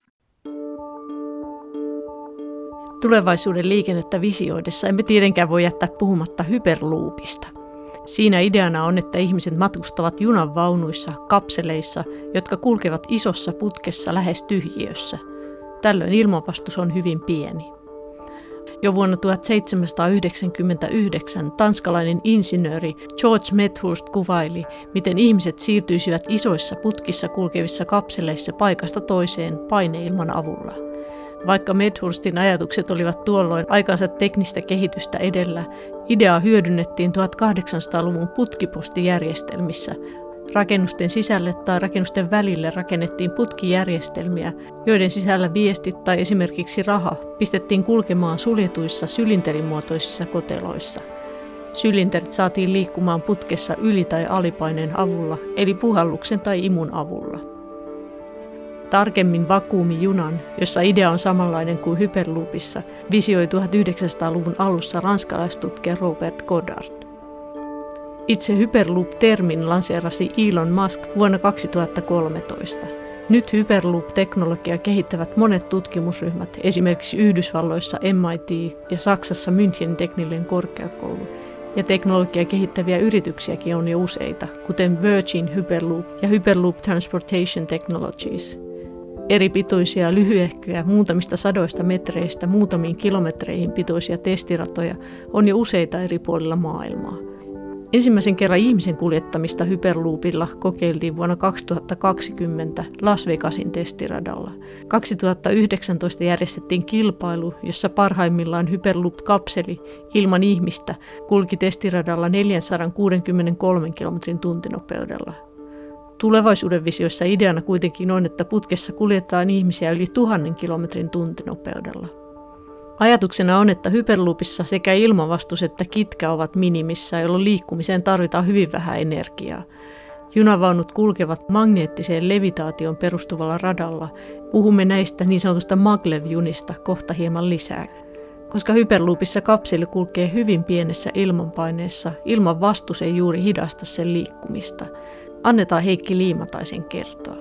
Tulevaisuuden liikennettä visioidessa emme tietenkään voi jättää puhumatta hyperloopista. Siinä ideana on, että ihmiset matkustavat junan vaunuissa, kapseleissa, jotka kulkevat isossa putkessa lähes tyhjiössä. Tällöin ilmanvastus on hyvin pieni. Jo vuonna tuhatseitsemänsataayhdeksänkymmentäyhdeksän tanskalainen insinööri George Medhurst kuvaili, miten ihmiset siirtyisivät isoissa putkissa kulkevissa kapseleissa paikasta toiseen paineilman avulla. Vaikka Medhurstin ajatukset olivat tuolloin aikansa teknistä kehitystä edellä, ideaa hyödynnettiin tuhatkahdeksansataaluvun putkipostijärjestelmissä. Rakennusten sisälle tai rakennusten välille rakennettiin putkijärjestelmiä, joiden sisällä viestit tai esimerkiksi raha pistettiin kulkemaan suljetuissa sylinterimuotoisissa koteloissa. Sylinterit saatiin liikkumaan putkessa yli- tai alipaineen avulla, eli puhalluksen tai imun avulla. Tarkemmin vakuumijunan, jossa idea on samanlainen kuin hyperloopissa, visioi tuhatyhdeksänsataaluvun alussa ranskalaistutkija Robert Goddard. Itse Hyperloop-termin lanseerasi Elon Musk vuonna kaksituhattakolmetoista. Nyt Hyperloop-teknologiaa kehittävät monet tutkimusryhmät, esimerkiksi Yhdysvalloissa M I T ja Saksassa Münchenin teknillinen korkeakoulu. ja teknologiaa kehittäviä yrityksiäkin on jo useita, kuten Virgin Hyperloop ja Hyperloop Transportation Technologies. Eri pituisia, lyhyehköjä, muutamista sadoista metreistä muutamiin kilometreihin pituisia testiratoja on jo useita eri puolilla maailmaa. Ensimmäisen kerran ihmisen kuljettamista Hyperloopilla kokeiltiin vuonna kaksituhattakaksikymmentä Las Vegasin testiradalla. kaksituhattayhdeksäntoista järjestettiin kilpailu, jossa parhaimmillaan Hyperloop-kapseli ilman ihmistä kulki testiradalla neljäsataakuusikymmentäkolme kilometrin tuntinopeudella. Tulevaisuuden visioissa ideana kuitenkin on, että putkessa kuljetaan ihmisiä yli tuhannen kilometrin tuntinopeudella. Ajatuksena on, että Hyperloopissa sekä ilmanvastus että kitka ovat minimissä, jolloin liikkumiseen tarvitaan hyvin vähän energiaa. Junavaunut kulkevat magneettiseen levitaation perustuvalla radalla. Puhumme näistä niin sanotusta maglev-junista kohta hieman lisää. Koska Hyperloopissa kapseli kulkee hyvin pienessä ilmanpaineessa, ilmanvastus ei juuri hidasta sen liikkumista. Annetaan Heikki Liimataisen kertoa.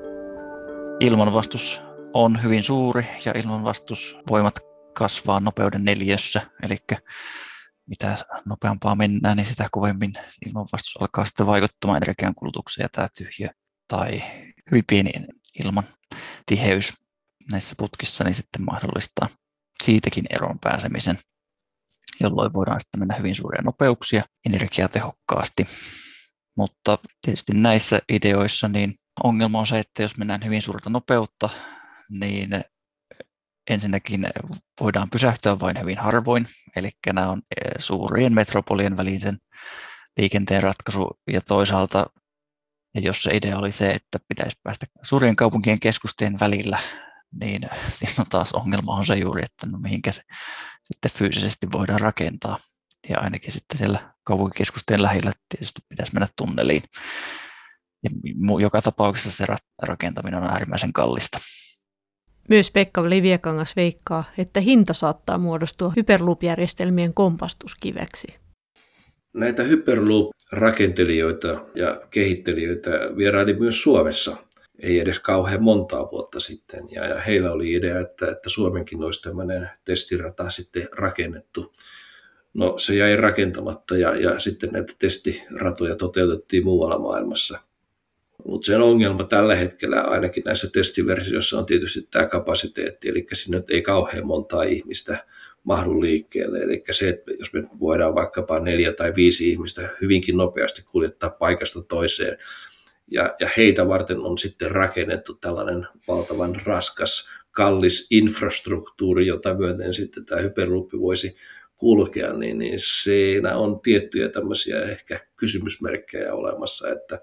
Ilmanvastus on hyvin suuri ja ilmanvastusvoimat kasvaa nopeuden neliössä, eli mitä nopeampaa mennään, niin sitä kovemmin ilmanvastus alkaa sitten vaikuttamaan energiankulutukseen, ja tämä tyhjö tai hyvin pieni ilman tiheys näissä putkissa niin sitten mahdollistaa siitäkin eroon pääsemisen, jolloin voidaan sitten mennä hyvin suuria nopeuksia energiatehokkaasti. Mutta tietysti näissä ideoissa niin ongelma on se, että jos mennään hyvin suurta nopeutta, niin ensinnäkin voidaan pysähtyä vain hyvin harvoin, eli nämä on suurien metropolien välisen liikenteen ratkaisu, ja toisaalta, ja jos se idea oli se, että pitäisi päästä suurien kaupunkien keskustojen välillä, niin silloin taas ongelma on se juuri, että no mihinkä se sitten fyysisesti voidaan rakentaa, ja ainakin sitten siellä kaupunkikeskustojen lähellä tietysti pitäisi mennä tunneliin, ja joka tapauksessa se rakentaminen on äärimmäisen kallista. Myös Pekka Leviakangas veikkaa, että hinta saattaa muodostua Hyperloop-järjestelmien kompastuskiveksi. Näitä Hyperloop-rakentelijoita ja kehittelijöitä vieraili myös Suomessa, ei edes kauhean montaa vuotta sitten. Ja, ja heillä oli idea, että, että Suomenkin olisi tämmöinen testirata sitten rakennettu. No se jäi rakentamatta ja, ja sitten näitä testiratoja toteutettiin muualla maailmassa. Mutta sen ongelma tällä hetkellä ainakin näissä testiversioissa on tietysti tämä kapasiteetti, eli sinne ei kauhean montaa ihmistä mahdu liikkeelle. Eli se, että jos me voidaan vaikkapa neljä tai viisi ihmistä hyvinkin nopeasti kuljettaa paikasta toiseen, ja, ja heitä varten on sitten rakennettu tällainen valtavan raskas, kallis infrastruktuuri, jota myöten sitten tämä Hyperloop voisi kulkea, niin, niin siinä on tiettyjä tämmöisiä ehkä kysymysmerkkejä olemassa, että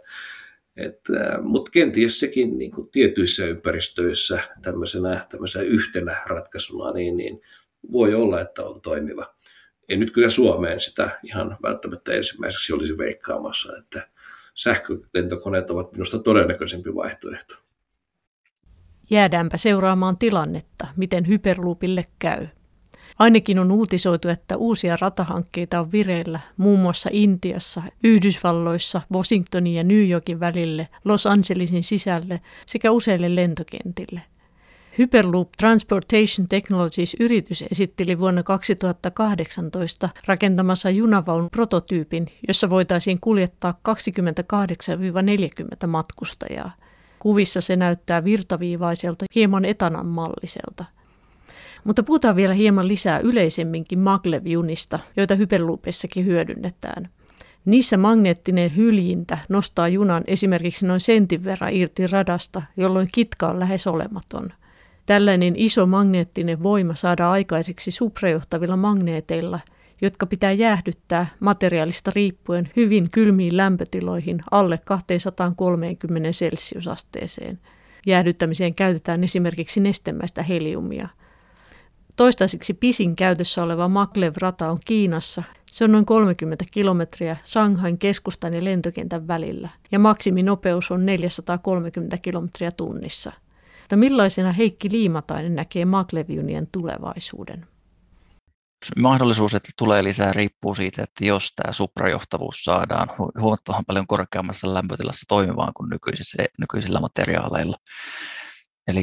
mutta kenties sekin niin kuin tietyissä ympäristöissä tämmöisenä, tämmöisenä yhtenä ratkaisuna niin, niin voi olla, että on toimiva. En nyt kyllä Suomeen sitä ihan välttämättä ensimmäiseksi olisi veikkaamassa, että sähkölentokoneet ovat minusta todennäköisempi vaihtoehto. Jäädäänpä seuraamaan tilannetta, miten Hyperloopille käy. Ainakin on uutisoitu, että uusia ratahankkeita on vireillä muun muassa Intiassa, Yhdysvalloissa, Washingtonin ja New Yorkin välille, Los Angelesin sisälle sekä useille lentokentille. Hyperloop Transportation Technologies-yritys esitteli vuonna kaksituhattakahdeksantoista rakentamassa junavaun prototyypin, jossa voitaisiin kuljettaa kaksikymmentäkahdeksan neljäkymmentä matkustajaa. Kuvissa se näyttää virtaviivaiselta, hieman etanan malliselta. Mutta puhutaan vielä hieman lisää yleisemminkin maglev-junista, joita Hyperloopessakin hyödynnetään. Niissä magneettinen hyljintä nostaa junan esimerkiksi noin sentin verran irti radasta, jolloin kitka on lähes olematon. Tällainen iso magneettinen voima saadaan aikaiseksi suprajohtavilla magneeteilla, jotka pitää jäähdyttää materiaalista riippuen hyvin kylmiin lämpötiloihin alle kaksisataakolmekymmentä celsiusasteeseen. Jäähdyttämiseen käytetään esimerkiksi nestemäistä heliumia. Toistaiseksi pisin käytössä oleva maglev-rata on Kiinassa. Se on noin kolmekymmentä kilometriä Shanghain keskustan ja lentokentän välillä, ja maksiminopeus on neljäsataakolmekymmentä kilometriä tunnissa. Mutta millaisena Heikki Liimatainen näkee maglev-junien tulevaisuuden? Mahdollisuus, että tulee lisää, riippuu siitä, että jos tämä suprajohtavuus saadaan huomattavan paljon korkeammassa lämpötilassa toimimaan kuin nykyisillä materiaaleilla. Eli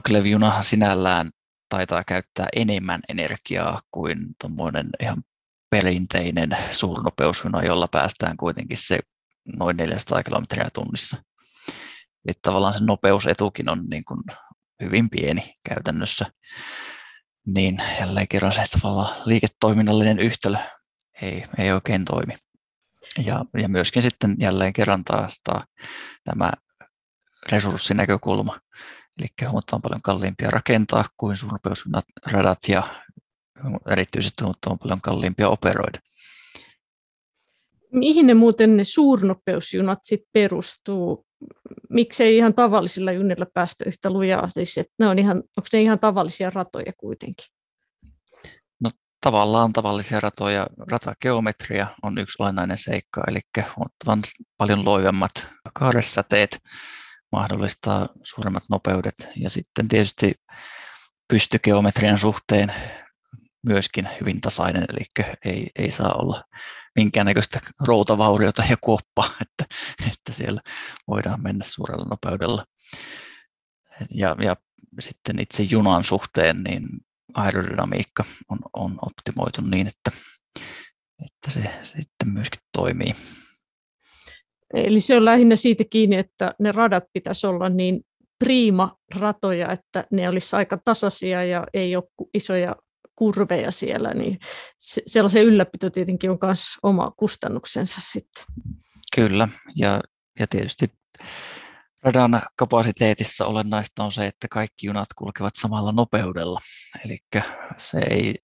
maglev-juna sinällään taitaa käyttää enemmän energiaa kuin tuommoinen ihan perinteinen suurnopeusjuna, jolla päästään kuitenkin se noin neljäsataa kilometriä tunnissa. Eli tavallaan se nopeusetukin on niin kuin hyvin pieni käytännössä. Niin jälleen kerran se tavallaan liiketoiminnallinen yhtälö ei, ei oikein toimi. Ja, ja myöskin sitten jälleen kerran taas tämä resurssinäkökulma, eli huomattavan paljon kalliimpia rakentaa kuin suurnopeusradat ja erityisesti huomattavan paljon kalliimpia operoida. Mihin ne muuten ne suurnopeusjunat sitten perustuu? Miksei ihan tavallisilla junilla päästä yhtä lujaa? Siis, ne on ihan, onko ne ihan tavallisia ratoja kuitenkin? No tavallaan tavallisia ratoja. Ratageometria on yksi olennainen seikka, eli huomattavan paljon loivemmat kaaressateet mahdollistaa suuremmat nopeudet. Ja sitten tietysti pystygeometrian suhteen myöskin hyvin tasainen, eli ei, ei saa olla minkäännäköistä routavauriota ja kuoppaa, että, että siellä voidaan mennä suurella nopeudella. Ja, ja sitten itse junan suhteen niin aerodynamiikka on, on optimoitu niin, että, että se, se sitten myöskin toimii. Eli se on lähinnä siitä kiinni, että ne radat pitäisi olla niin priima-ratoja, että ne olisi aika tasaisia ja ei ole isoja kurveja siellä, niin se, sellaisen ylläpito tietenkin on myös oma kustannuksensa sitten. Kyllä, ja, ja tietysti radan kapasiteetissa olennaista on se, että kaikki junat kulkevat samalla nopeudella, eli se ei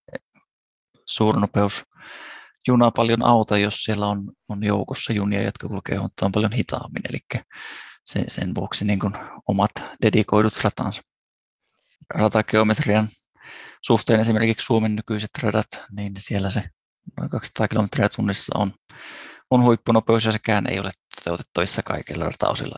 suurnopeusjuna paljon auta, jos siellä on, on joukossa junia, jotka kulkevat huomattavan paljon hitaammin, eli sen, sen vuoksi niin kuin omat dedikoidut ratansa. Ratageometrian suhteen esimerkiksi Suomen nykyiset radat, niin siellä se noin kaksisataa kilometriä tunnissa on, on huippunopeus ja sekään ei ole toteutettavissa kaikilla rataosilla.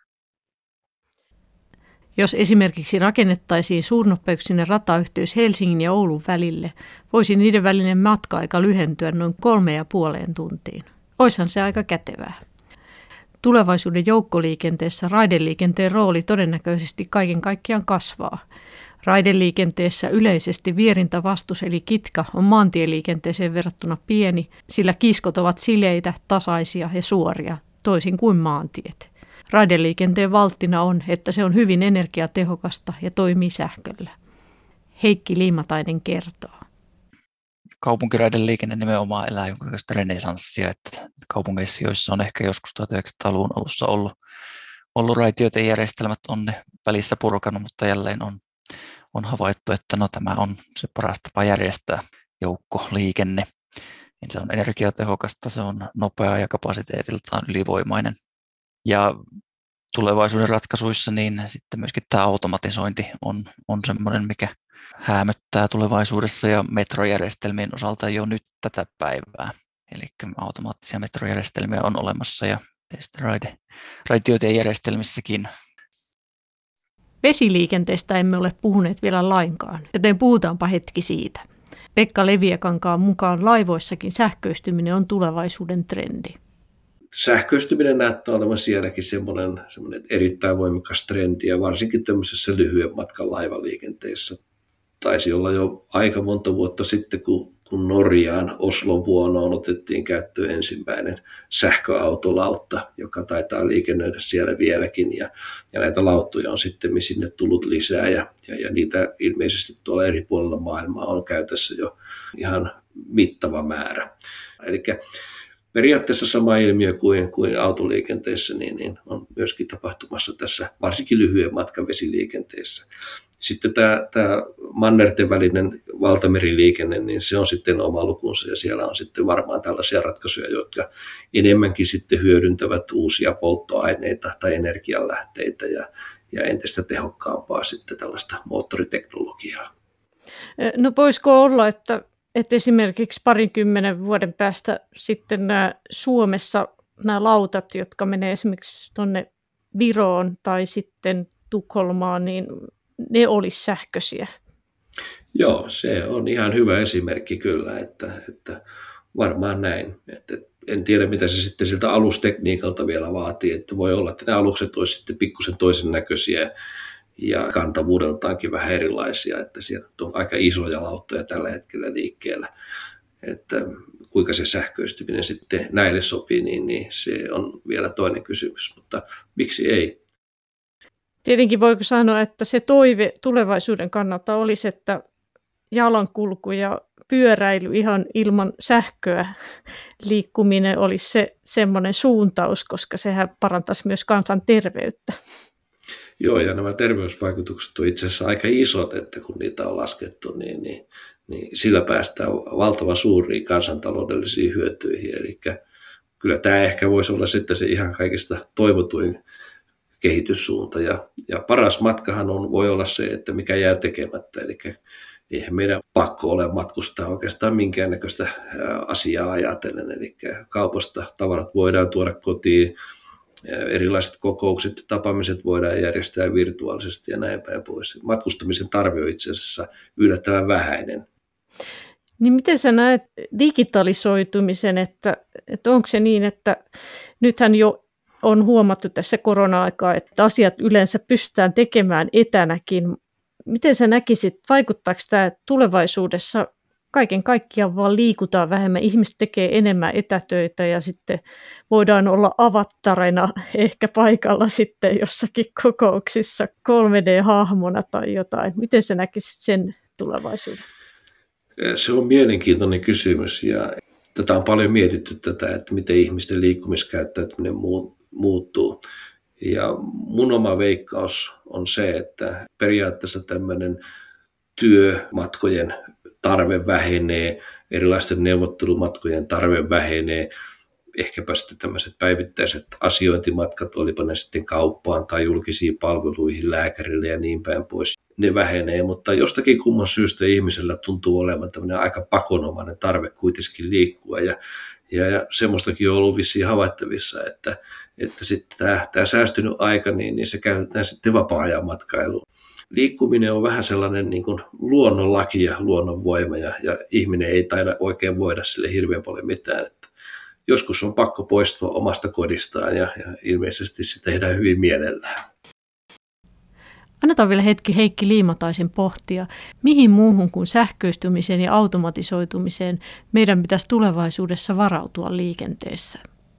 Jos esimerkiksi rakennettaisiin suurnopeuksinen ratayhteys Helsingin ja Oulun välille, voisi niiden välinen matka-aika lyhentyä noin kolme ja puoleen tuntiin. Oishan se aika kätevää. Tulevaisuuden joukkoliikenteessä raideliikenteen rooli todennäköisesti kaiken kaikkiaan kasvaa. Raideliikenteessä yleisesti vierintävastus eli kitka on maantieliikenteeseen verrattuna pieni, sillä kiskot ovat sileitä, tasaisia ja suoria, toisin kuin maantiet. Raideliikenteen valttina on, että se on hyvin energiatehokasta ja toimii sähköllä. Heikki Liimatainen kertoo. Kaupunkiraideliikenne nimenomaan elää jonkinlaista renesanssia, että kaupungeissa, joissa on ehkä joskus tuhatyhdeksänsataaluvun alussa ollut, ollut raitioiden järjestelmät, on ne välissä purkanut, mutta jälleen on, on havaittu, että no, tämä on se paras tapa järjestää joukkoliikenne. Niin se on energiatehokasta, se on nopea ja kapasiteetiltaan ylivoimainen. Ja tulevaisuuden ratkaisuissa niin sitten myöskin tämä automatisointi on, on semmoinen, mikä häämöttää tulevaisuudessa ja metrojärjestelmien osalta jo nyt tätä päivää. Eli automaattisia metrojärjestelmiä on olemassa ja tietysti raide, raitioiden järjestelmissäkin. Vesiliikenteestä emme ole puhuneet vielä lainkaan, joten puhutaanpa hetki siitä. Pekka Leviäkankaan mukaan laivoissakin sähköistyminen on tulevaisuuden trendi. Sähköistyminen näyttää olevan sielläkin semmoinen, semmoinen erittäin voimakas trendi, ja varsinkin tämmöisessä lyhyen matkan laivaliikenteessä. Taisi olla jo aika monta vuotta sitten, kun, kun Norjaan Oslon vuonoon otettiin käyttöön ensimmäinen sähköautolautta, joka taitaa liikennöidä siellä vieläkin, ja, ja näitä lauttoja on sitten sinne tullut lisää, ja, ja, ja niitä ilmeisesti tuolla eri puolilla maailmaa on käytössä jo ihan mittava määrä. Elikkä periaatteessa sama ilmiö kuin, kuin autoliikenteessä niin, niin on myöskin tapahtumassa tässä varsinkin lyhyen matkan vesiliikenteessä. Sitten tämä, tämä mannerten välinen valtameriliikenne, niin se on sitten oma lukunsa, ja siellä on sitten varmaan tällaisia ratkaisuja, jotka enemmänkin sitten hyödyntävät uusia polttoaineita tai energianlähteitä ja, ja entistä tehokkaampaa sitten tällaista moottoriteknologiaa. No voisiko olla, että Että esimerkiksi parinkymmenen vuoden päästä sitten nämä Suomessa nämä lautat, jotka menee esimerkiksi tuonne Viroon tai sitten Tukholmaan, niin ne olisi sähköisiä? Joo, se on ihan hyvä esimerkki kyllä, että, että varmaan näin. Että en tiedä, mitä se sitten siltä alustekniikalta vielä vaatii, että voi olla, että ne alukset olisivat sitten pikkusen toisen näköisiä ja kantavuudeltaankin vähän erilaisia, että siellä on aika isoja lauttoja tällä hetkellä liikkeellä. Että kuinka se sähköistyminen sitten näille sopii, niin, niin se on vielä toinen kysymys, mutta miksi ei? Tietenkin voiko sanoa, että se toive tulevaisuuden kannalta olisi, että jalankulku ja pyöräily ihan ilman sähköä liikkuminen olisi se semmoinen suuntaus, koska sehän parantaisi myös kansan terveyttä. Joo, ja nämä terveysvaikutukset on itse asiassa aika isot, että kun niitä on laskettu, niin, niin, niin sillä päästään valtavan suuriin kansantaloudellisiin hyötyihin. Eli kyllä tämä ehkä voisi olla sitten se ihan kaikista toivotuin kehityssuunta. Ja, ja paras matkahan on, voi olla se, että mikä jää tekemättä. Eli eihän meidän pakko ole matkustaa oikeastaan minkäännäköistä asiaa ajatellen. Eli kaupasta tavarat voidaan tuoda kotiin. Erilaiset kokoukset ja tapaamiset voidaan järjestää virtuaalisesti ja näin päin pois. Matkustamisen tarve on itse asiassa yllättävän vähäinen. Niin miten sä näet digitalisoitumisen, että, että onko se niin, että nythän jo on huomattu tässä korona-aikaa, että asiat yleensä pystytään tekemään etänäkin. Miten sä näkisit, vaikuttaako tämä tulevaisuudessa kaiken kaikkiaan vaan liikutaan vähemmän, ihmiset tekee enemmän etätöitä ja sitten voidaan olla avattareina ehkä paikalla sitten jossakin kokouksissa kolme D-hahmona tai jotain. Miten sä näkisit sen tulevaisuuden? Se on mielenkiintoinen kysymys ja tätä on paljon mietitty tätä, että miten ihmisten liikkumiskäyttäytyminen muuttuu. Ja mun oma veikkaus on se, että periaatteessa tämmöinen työmatkojen tarve vähenee, erilaisten neuvottelumatkojen tarve vähenee, ehkäpä sitten tämmöiset päivittäiset asiointimatkat, olipa ne sitten kauppaan tai julkisiin palveluihin, lääkärille ja niin päin pois, ne vähenee, mutta jostakin kumman syystä ihmisellä tuntuu olevan tämmöinen aika pakonomainen tarve kuitenkin liikkua ja, ja, ja semmoistakin on ollut vissiin havaittavissa, että, että sitten tämä, tämä säästynyt aika, niin, niin se käytetään sitten vapaa-ajan matkailuun. Liikkuminen on vähän sellainen niin kuin luonnonlaki ja luonnonvoima ja, ja ihminen ei taida oikein voida sille hirveän paljon mitään. Että joskus on pakko poistua omasta kodistaan ja, ja ilmeisesti se tehdään hyvin mielellään. Annetaan vielä hetki Heikki Liimataisen pohtia, mihin muuhun kuin sähköistymiseen ja automatisoitumiseen meidän pitäisi tulevaisuudessa varautua liikenteessä.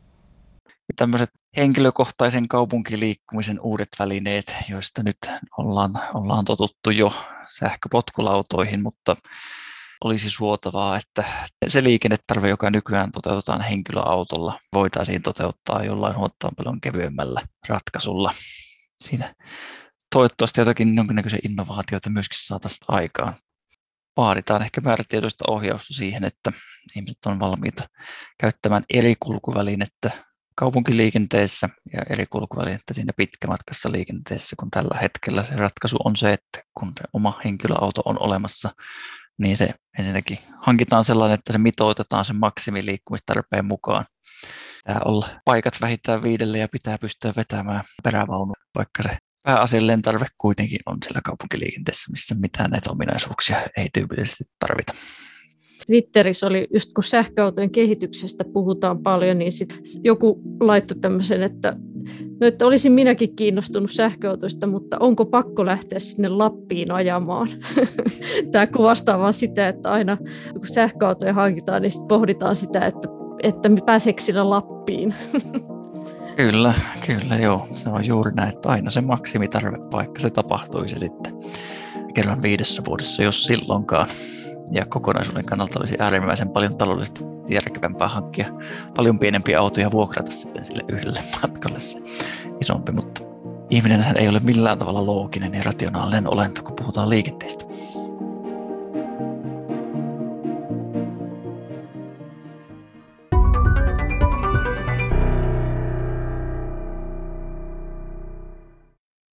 Tämmöiset henkilökohtaisen kaupunkiliikkumisen uudet välineet, joista nyt ollaan, ollaan totuttu jo sähköpotkulautoihin, mutta olisi suotavaa, että se liikennetarve, joka nykyään toteutetaan henkilöautolla, voitaisiin toteuttaa jollain huomattavan paljon kevyemmällä ratkaisulla. Siinä toivottavasti jotakin jonkinnäköisiä innovaatioita myöskin saataisiin aikaan. Vaaditaan ehkä määrätietoista ohjausta siihen, että ihmiset on valmiita käyttämään eri kulkuvälinettä kaupunkiliikenteessä ja eri kulkuvälinettä siinä pitkämatkassa liikenteessä, kun tällä hetkellä se ratkaisu on se, että kun se oma henkilöauto on olemassa, niin se ensinnäkin hankitaan sellainen, että se mitoitetaan sen maksimiliikkumistarpeen mukaan. Pitää olla paikat vähintään viidelle ja pitää pystyä vetämään perävaunu, vaikka se pääasiallinen tarve kuitenkin on siellä kaupunkiliikenteessä, missä mitään näitä ominaisuuksia ei tyypillisesti tarvita. Twitterissä oli, just kun sähköautojen kehityksestä puhutaan paljon, niin sit joku laittoi tämmöisen, että, no, että olisin minäkin kiinnostunut sähköautoista, mutta onko pakko lähteä sinne Lappiin ajamaan? Tämä kuvastaa vaan sitä, että aina kun sähköautoja hankitaan, niin sit pohditaan sitä, että, että pääseekö sillä Lappiin. Kyllä, kyllä joo. Se on juuri näin, että aina se maksimitarve, vaikka se tapahtuisi sitten kerran viidessä vuodessa, jos silloinkaan. Ja kokonaisuuden kannalta olisi äärimmäisen paljon taloudellisesti järkevämpää hankkia paljon pienempiä autoja ja vuokrata sitten sille yhdelle matkalle se isompi, mutta ihminenhän ei ole millään tavalla looginen ja rationaalinen olento, kun puhutaan liikenteestä.